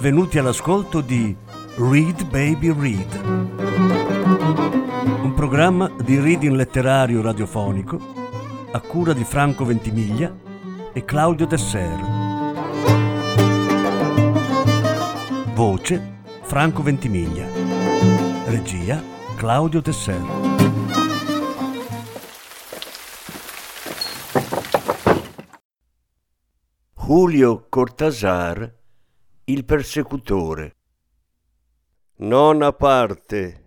benvenuti all'ascolto di Read Baby Read, un programma di reading letterario radiofonico a cura di Franco Ventimiglia e Claudio Desser. Voce Franco Ventimiglia. Regia Claudio Desser. Julio Cortázar, il persecutore. Nona parte.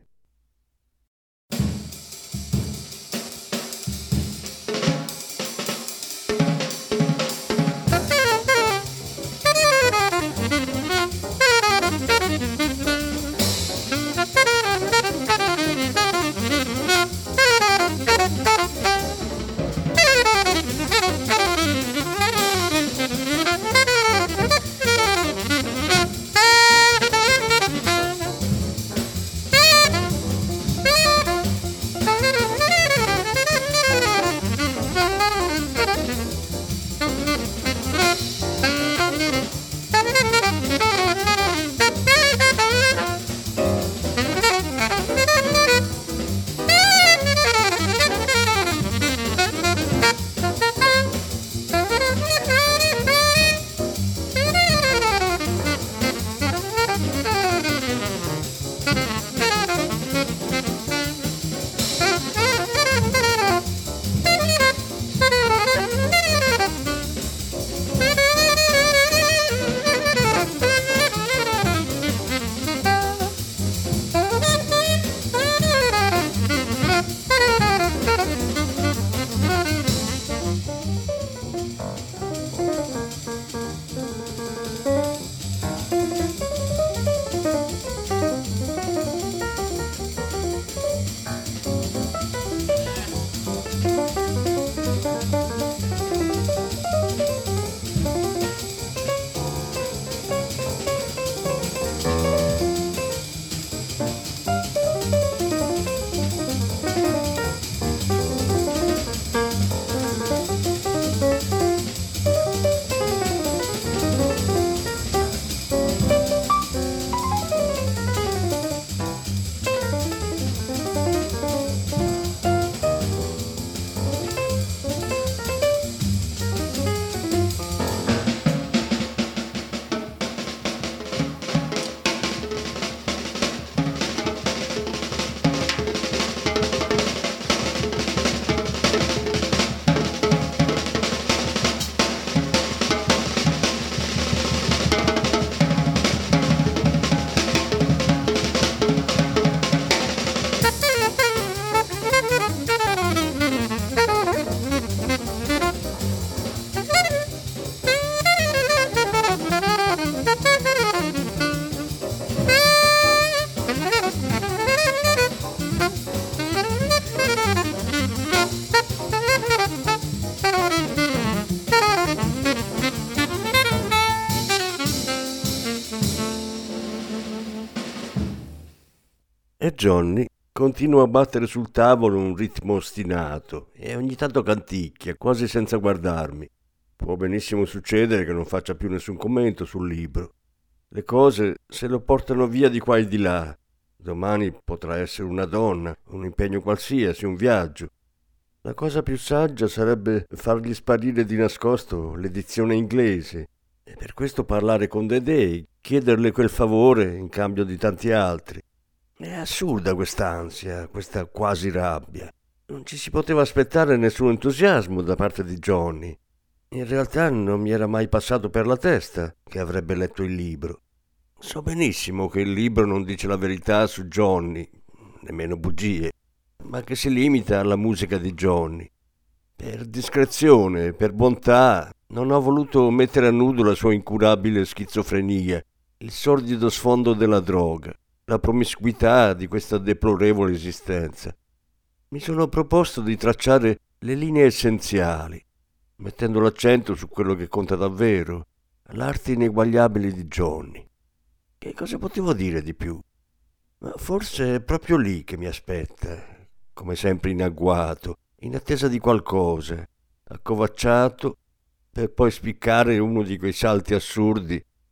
E Johnny continua a battere sul tavolo un ritmo ostinato e ogni tanto canticchia, quasi senza guardarmi. Può benissimo succedere che non faccia più nessun commento sul libro. Le cose se lo portano via di qua e di là. Domani potrà essere una donna, un impegno qualsiasi, un viaggio. La cosa più saggia sarebbe fargli sparire di nascosto l'edizione inglese e per questo parlare con Dedè, chiederle quel favore in cambio di tanti altri. È assurda quest'ansia, questa quasi rabbia. Non ci si poteva aspettare nessun entusiasmo da parte di Johnny. In realtà non mi era mai passato per la testa che avrebbe letto il libro. So benissimo che il libro non dice la verità su Johnny, nemmeno bugie, ma che si limita alla musica di Johnny. Per discrezione, per bontà, non ho voluto mettere a nudo la sua incurabile schizofrenia, il sordido sfondo della droga, la promiscuità di questa deplorevole esistenza. Mi sono proposto di tracciare le linee essenziali, mettendo l'accento su quello che conta davvero, l'arte ineguagliabile di Johnny. Che cosa potevo dire di più? Ma forse è proprio lì che mi aspetta, come sempre in agguato, in attesa di qualcosa, accovacciato, per poi spiccare uno di quei salti assurdi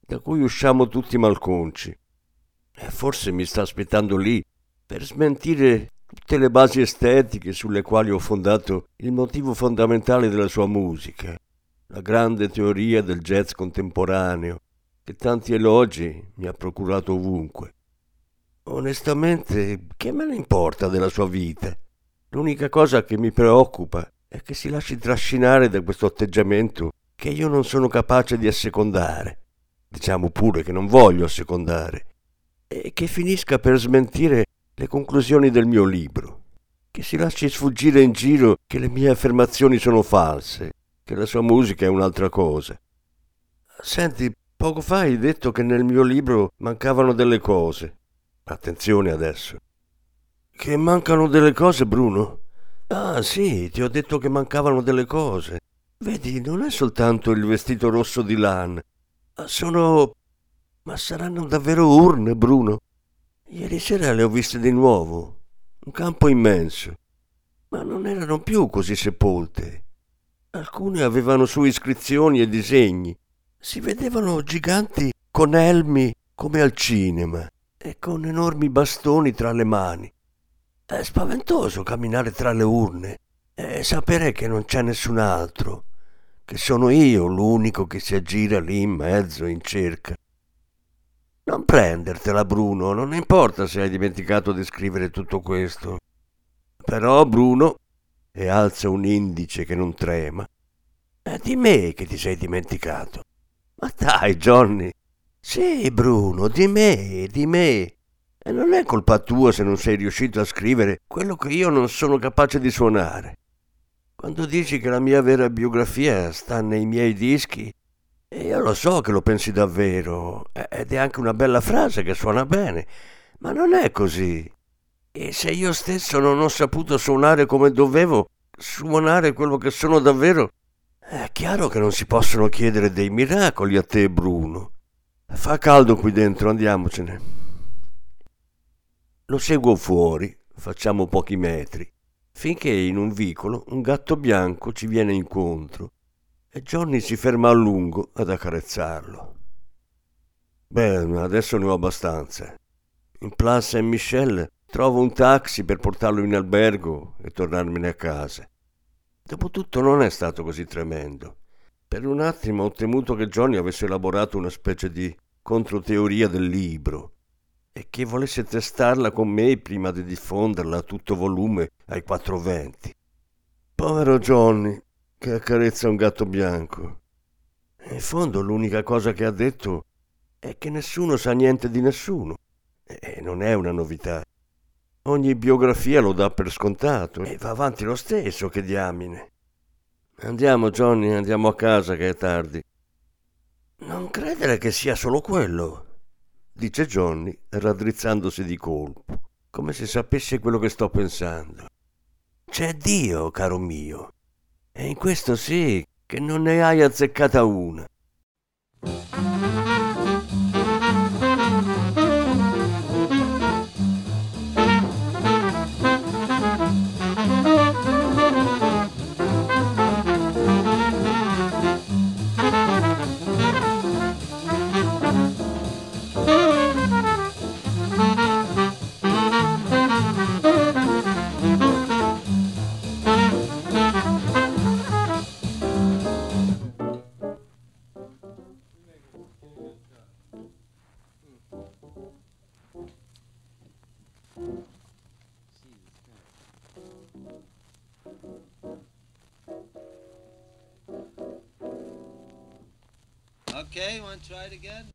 da cui usciamo tutti malconci. E forse mi sta aspettando lì per smentire tutte le basi estetiche sulle quali ho fondato il motivo fondamentale della sua musica, la grande teoria del jazz contemporaneo, che tanti elogi mi ha procurato ovunque. Onestamente, che me ne importa della sua vita? L'unica cosa che mi preoccupa è che si lasci trascinare da questo atteggiamento che io non sono capace di assecondare. Diciamo pure che non voglio assecondare. E che finisca per smentire le conclusioni del mio libro. Che si lasci sfuggire in giro che le mie affermazioni sono false, che la sua musica è un'altra cosa. Senti, poco fa hai detto che nel mio libro mancavano delle cose. Attenzione adesso. Che mancano delle cose, Bruno? Ah sì, ti ho detto che mancavano delle cose. Vedi, non è soltanto il vestito rosso di Lan. Ma saranno davvero urne, Bruno? Ieri sera le ho viste di nuovo. Un campo immenso. Ma non erano più così sepolte. Alcune avevano su iscrizioni e disegni. Si vedevano giganti con elmi come al cinema e con enormi bastoni tra le mani. È spaventoso camminare tra le urne e sapere che non c'è nessun altro, che sono io l'unico che si aggira lì in mezzo in cerca. Non prendertela, Bruno, non importa se hai dimenticato di scrivere tutto questo. Però, Bruno, e alza un indice che non trema, è di me che ti sei dimenticato. Ma dai, Johnny. Sì, Bruno, di me, di me. E non è colpa tua se non sei riuscito a scrivere quello che io non sono capace di suonare. Quando dici che la mia vera biografia sta nei miei dischi, io lo so che lo pensi davvero, ed è anche una bella frase che suona bene, ma non è così. E se io stesso non ho saputo suonare come dovevo, suonare quello che sono davvero, è chiaro che non si possono chiedere dei miracoli a te, Bruno. Fa caldo qui dentro, andiamocene. Lo seguo fuori, facciamo pochi metri, finché in un vicolo un gatto bianco ci viene incontro e Johnny si ferma a lungo ad accarezzarlo. Beh, adesso ne ho abbastanza. In Place Saint-Michel trovo un taxi per portarlo in albergo e tornarmene a casa. Dopotutto non è stato così tremendo. Per un attimo ho temuto che Johnny avesse elaborato una specie di controteoria del libro e che volesse testarla con me prima di diffonderla a tutto volume ai 420. Povero Johnny, che accarezza un gatto bianco. In fondo l'unica cosa che ha detto è che nessuno sa niente di nessuno. E non è una novità. Ogni biografia lo dà per scontato e va avanti lo stesso, che diamine. Andiamo, Johnny, andiamo a casa che è tardi. Non credere che sia solo quello, dice Johnny, raddrizzandosi di colpo, come se sapesse quello che sto pensando. C'è Dio, caro mio, e in questo sì che non ne hai azzeccata una. Okay, want to try it again?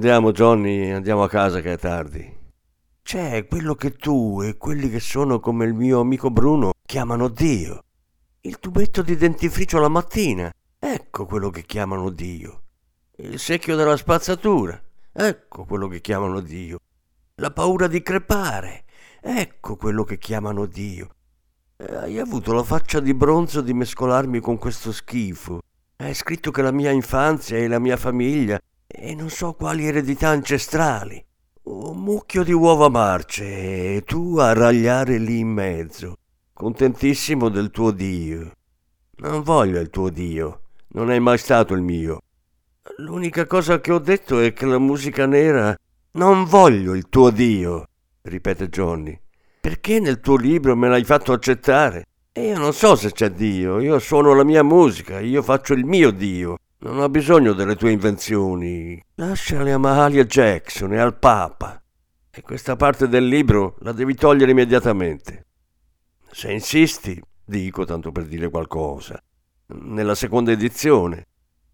Andiamo, Johnny, andiamo a casa che è tardi. C'è quello che tu e quelli che sono come il mio amico Bruno chiamano Dio. Il tubetto di dentifricio la mattina, ecco quello che chiamano Dio. Il secchio della spazzatura, ecco quello che chiamano Dio. La paura di crepare, ecco quello che chiamano Dio. Hai avuto la faccia di bronzo di mescolarmi con questo schifo. Hai scritto che la mia infanzia e la mia famiglia e non so quali eredità ancestrali. Un mucchio di uova marce e tu a ragliare lì in mezzo, contentissimo del tuo Dio. Non voglio il tuo Dio, non è mai stato il mio. L'unica cosa che ho detto è che la musica nera... Non voglio il tuo Dio, ripete Johnny, perché nel tuo libro me l'hai fatto accettare. E io non so se c'è Dio, io suono la mia musica, io faccio il mio Dio. Non ho bisogno delle tue invenzioni. Lasciale a Mahalia Jackson e al Papa. E questa parte del libro la devi togliere immediatamente. Se insisti, dico tanto per dire qualcosa, nella seconda edizione.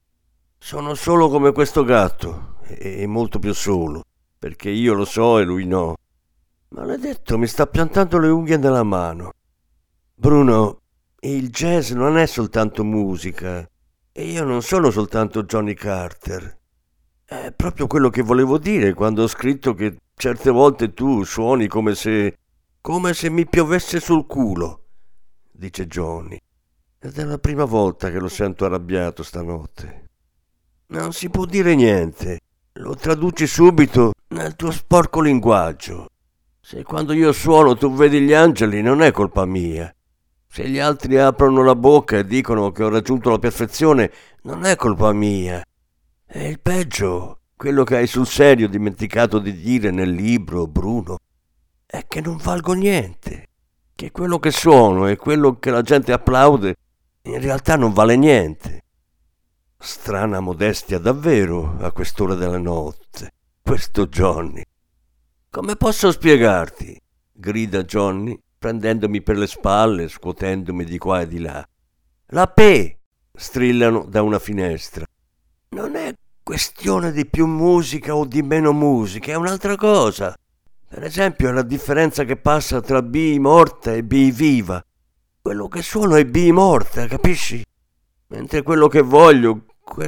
Sono solo come questo gatto, e molto più solo, perché io lo so e lui no. Maledetto, mi sta piantando le unghie nella mano. Bruno, il jazz non è soltanto musica, e io non sono soltanto Johnny Carter. È proprio quello che volevo dire quando ho scritto che certe volte tu suoni come se mi piovesse sul culo, dice Johnny. Ed è la prima volta che lo sento arrabbiato stanotte. Non si può dire niente, lo traduci subito nel tuo sporco linguaggio. Se quando io suono tu vedi gli angeli non è colpa mia. Se gli altri aprono la bocca e dicono che ho raggiunto la perfezione non è colpa mia. E il peggio, quello che hai sul serio dimenticato di dire nel libro, Bruno, è che non valgo niente. Che quello che suono e quello che la gente applaude in realtà non vale niente. Strana modestia davvero a quest'ora della notte, questo Johnny. Come posso spiegarti? Grida Johnny, prendendomi per le spalle, scuotendomi di qua e di là. La P! Strillano da una finestra. Non è questione di più musica o di meno musica, è un'altra cosa. Per esempio è la differenza che passa tra B morta e B viva. Quello che suono è B morta, capisci? Mentre quello che voglio...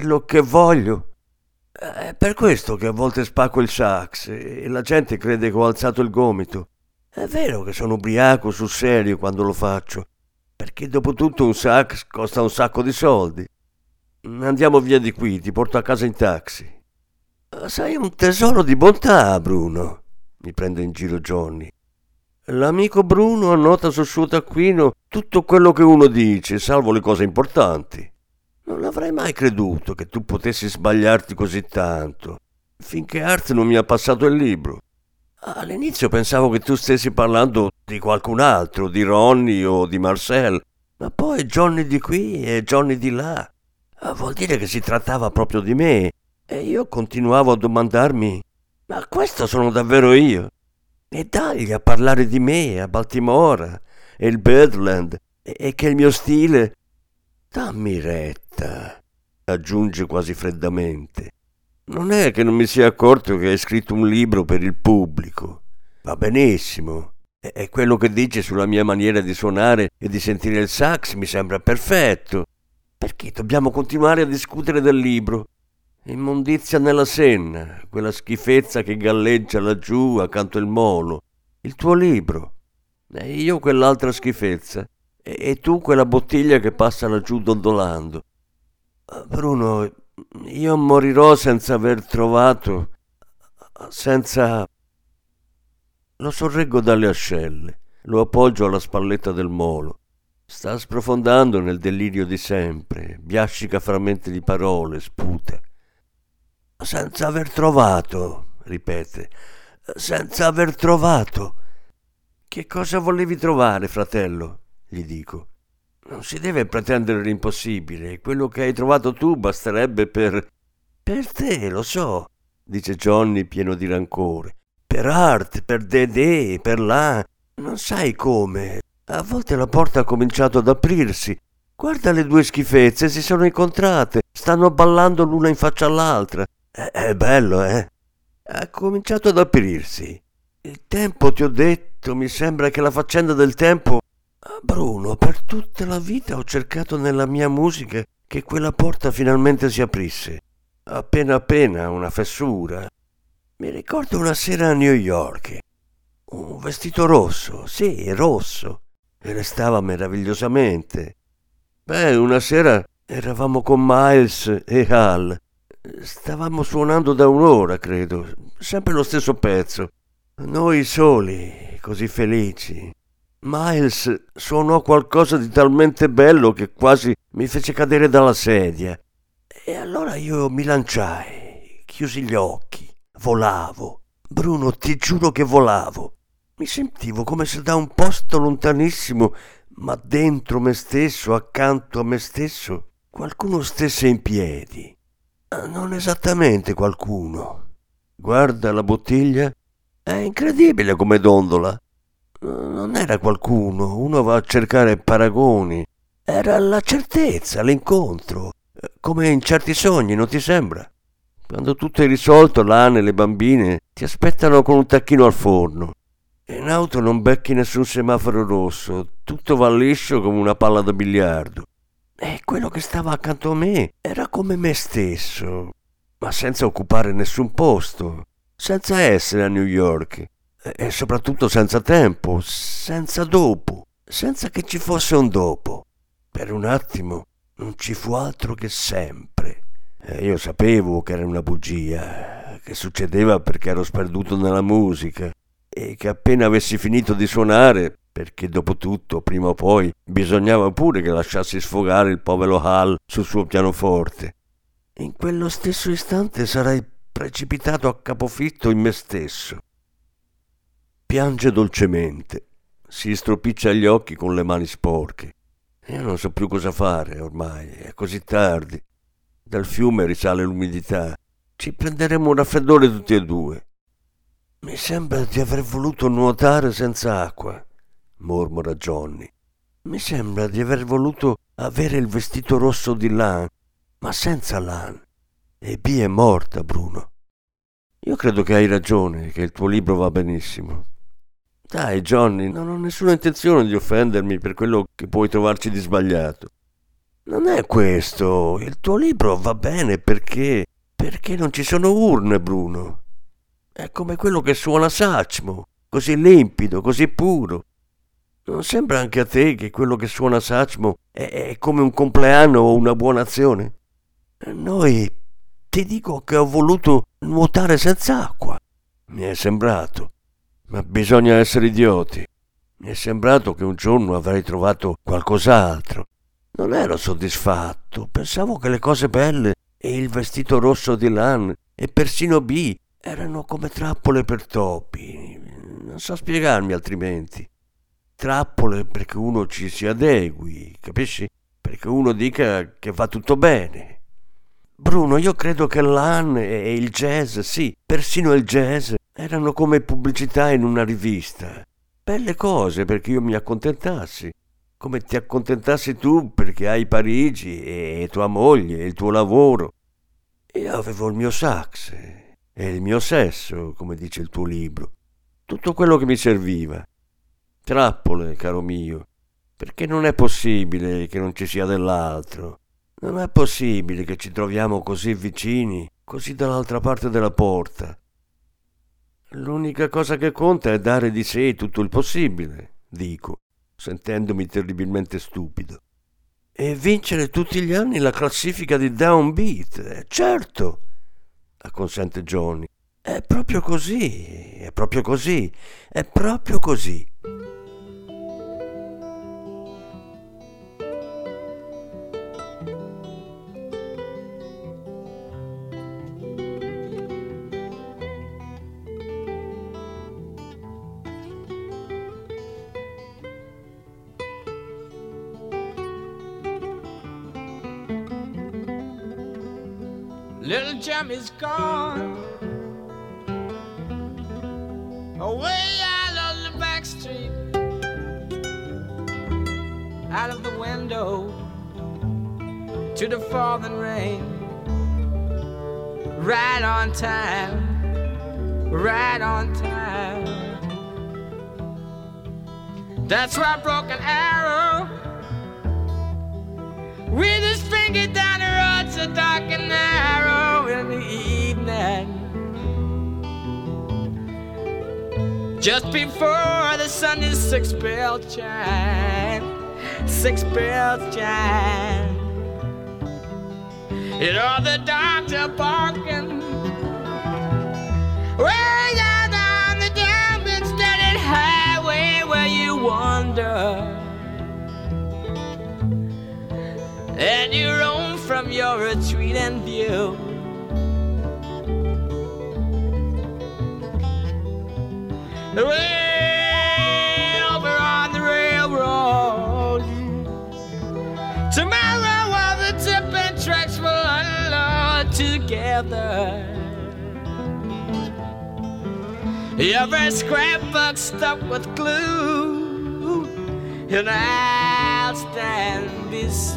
È per questo che a volte spacco il sax e la gente crede che ho alzato il gomito. È vero che sono ubriaco sul serio quando lo faccio, perché dopo tutto un sax costa un sacco di soldi. Andiamo via di qui, ti porto a casa in taxi. Sei un tesoro di bontà, Bruno, mi prende in giro Johnny. L'amico Bruno annota sul suo taccuino tutto quello che uno dice, salvo le cose importanti. Non avrei mai creduto che tu potessi sbagliarti così tanto, finché Art non mi ha passato il libro. All'inizio pensavo che tu stessi parlando di qualcun altro, di Ronnie o di Marcel, ma poi Johnny di qui e Johnny di là. Vuol dire che si trattava proprio di me, e io continuavo a domandarmi, ma questo sono davvero io? E dagli a parlare di me a Baltimora e il Birdland e che il mio stile... Dammi retta, aggiunge quasi freddamente. Non è che non mi sia accorto che hai scritto un libro per il pubblico. Va benissimo. E quello che dici sulla mia maniera di suonare e di sentire il sax mi sembra perfetto. Perché dobbiamo continuare a discutere del libro? Immondizia nella Senna, quella schifezza che galleggia laggiù accanto al molo. Il tuo libro. E io quell'altra schifezza. E tu quella bottiglia che passa laggiù dondolando. Bruno, io morirò senza aver trovato... senza... Lo sorreggo dalle ascelle, lo appoggio alla spalletta del molo. Sta sprofondando nel delirio di sempre, biascica frammenti di parole, sputa. Senza aver trovato, ripete, senza aver trovato. Che cosa volevi trovare, fratello? Gli dico. Non si deve pretendere l'impossibile, quello che hai trovato tu basterebbe per te, lo so, dice Johnny pieno di rancore. Per Art, per Dedé, per là, non sai come. A volte la porta ha cominciato ad aprirsi. Guarda le due schifezze, si sono incontrate, stanno ballando l'una in faccia all'altra. È bello, eh? Ha cominciato ad aprirsi. Il tempo, ti ho detto, mi sembra che la faccenda del tempo... Bruno, per tutta la vita ho cercato nella mia musica che quella porta finalmente si aprisse. Appena appena una fessura. Mi ricordo una sera a New York. Un vestito rosso, sì, rosso. E restava meravigliosamente. Una sera eravamo con Miles e Hal. Stavamo suonando da un'ora, credo, sempre lo stesso pezzo. Noi soli, così felici. Miles suonò qualcosa di talmente bello che quasi mi fece cadere dalla sedia. E allora io mi lanciai, chiusi gli occhi, volavo. Bruno, ti giuro che volavo. Mi sentivo come se da un posto lontanissimo, ma dentro me stesso, accanto a me stesso, qualcuno stesse in piedi. Non esattamente qualcuno. Guarda la bottiglia. È incredibile come dondola. Non era qualcuno, uno va a cercare paragoni. Era la certezza, l'incontro. Come in certi sogni, non ti sembra? Quando tutto è risolto, l'Anne e le bambine ti aspettano con un tacchino al forno. In auto non becchi nessun semaforo rosso, tutto va liscio come una palla da biliardo. E quello che stava accanto a me era come me stesso, ma senza occupare nessun posto, senza essere a New York e soprattutto senza tempo, senza dopo, senza che ci fosse un dopo. Per un attimo non ci fu altro che sempre. E io sapevo che era una bugia, che succedeva perché ero sperduto nella musica e che appena avessi finito di suonare, perché dopo tutto, prima o poi, bisognava pure che lasciassi sfogare il povero Hal sul suo pianoforte. In quello stesso istante sarei precipitato a capofitto in me stesso. Piange dolcemente, si stropiccia gli occhi con le mani sporche. Io non so più cosa fare ormai, è così tardi. Dal fiume risale l'umidità. Ci prenderemo un raffreddore tutti e due. Mi sembra di aver voluto nuotare senza acqua, mormora Johnny. Mi sembra di aver voluto avere il vestito rosso di Lan, ma senza Lan. E B è morta, Bruno. Io credo che hai ragione, che il tuo libro va benissimo. Dai, Johnny, non ho nessuna intenzione di offendermi per quello che puoi trovarci di sbagliato. Non è questo. Il tuo libro va bene perché non ci sono urne, Bruno. È come quello che suona Satchmo, così limpido, così puro. Non sembra anche a te che quello che suona Satchmo è come un compleanno o una buona azione? Noi, ti dico che ho voluto nuotare senza acqua. Mi è sembrato, ma bisogna essere idioti. Mi è sembrato che un giorno avrei trovato qualcos'altro. Non ero soddisfatto, pensavo che le cose belle e il vestito rosso di Lan e persino B erano come trappole per topi. Non so spiegarmi altrimenti. Trappole perché uno ci si adegui, capisci? Perché uno dica che va tutto bene. Bruno, io credo che Lan e il jazz, sì, persino il jazz, erano come pubblicità in una rivista. Belle cose perché io mi accontentassi. Come ti accontentassi tu perché hai Parigi e tua moglie e il tuo lavoro. Io avevo il mio sax e il mio sesso, come dice il tuo libro. Tutto quello che mi serviva. Trappole, caro mio, perché non è possibile che non ci sia dell'altro. Non è possibile che ci troviamo così vicini, così dall'altra parte della porta. L'unica cosa che conta è dare di sé tutto il possibile, dico, sentendomi terribilmente stupido. E vincere tutti gli anni la classifica di Downbeat, certo, acconsente Johnny. È proprio così, è proprio così, è proprio così. Little Jimmy's gone away out on the back street, out of the window to the falling rain, right on time right on time. That's why Broken Arrow, with his finger down the road so dark and narrow in the evening, just before the Sunday's six bell chime, six bells chime, and all the dogs are barking way down the damn steady highway where you wander and you roam from your retreat and view. Way over on the railroad, tomorrow all the tipping tracks will unload together. Every scrapbook stuck with glue, and I'll stand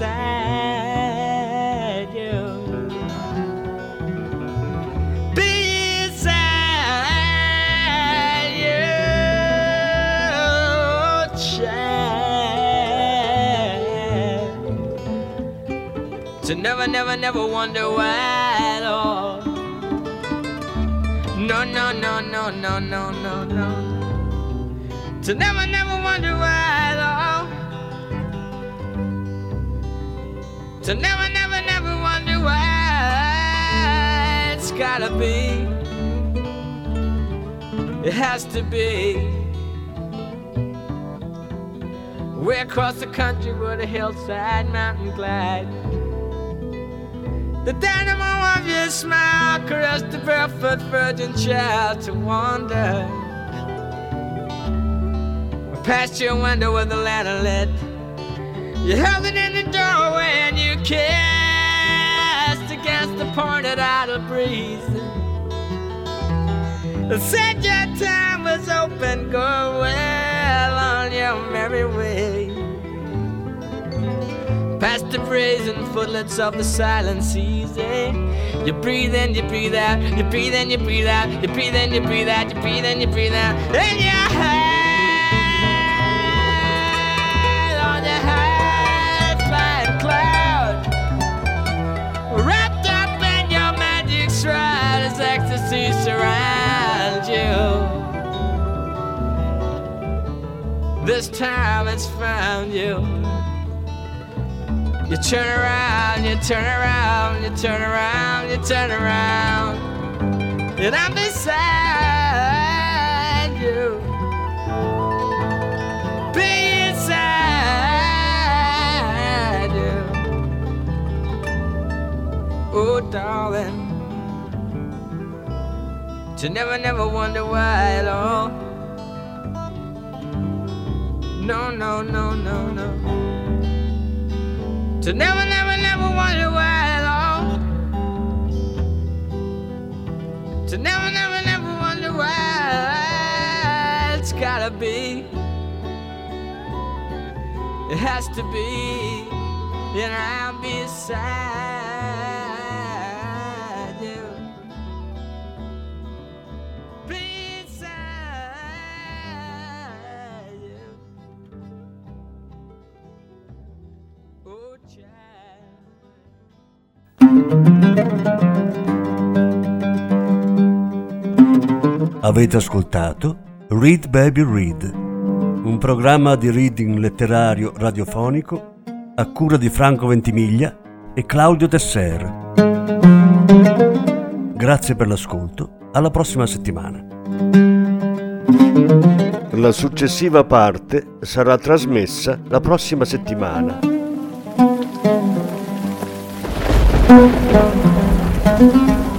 beside you. Beside you, child. To never, never, never wonder why at all. No, no, no, no, no, no, no, no. To never, never wonder why at all. To never, never, never wonder why. It's gotta be. It has to be. Way across the country where the hillside mountain glide, the dynamo of your smile caressed the barefoot virgin child to wander past your window with the lantern lit. You held it in the doorway and you kissed against the pointed idle breeze. It said your time was open, go well on your merry way. Past the brazen footlets of the silent seas, eh? You breathe in, you breathe out, you breathe in, you breathe out, you breathe in, you breathe out, you breathe in, you breathe out. And your head on the high flying cloud, wrapped up in your magic shroud as ecstasy surrounds you. This time it's found you. You turn around, you turn around, you turn around, you turn around, and I'm beside you, beside you. Oh, darling, to never, never wonder why at all. No, no, no, no, no. To never, never, never wonder why at all. To never, never, never wonder why. It's gotta be. It has to be. And I'm beside you. Beside you. Oh, Avete ascoltato Read Baby Read, un programma di reading letterario radiofonico a cura di Franco Ventimiglia e Claudio Tesser. Grazie per l'ascolto, alla prossima settimana. La successiva parte sarà trasmessa la prossima settimana.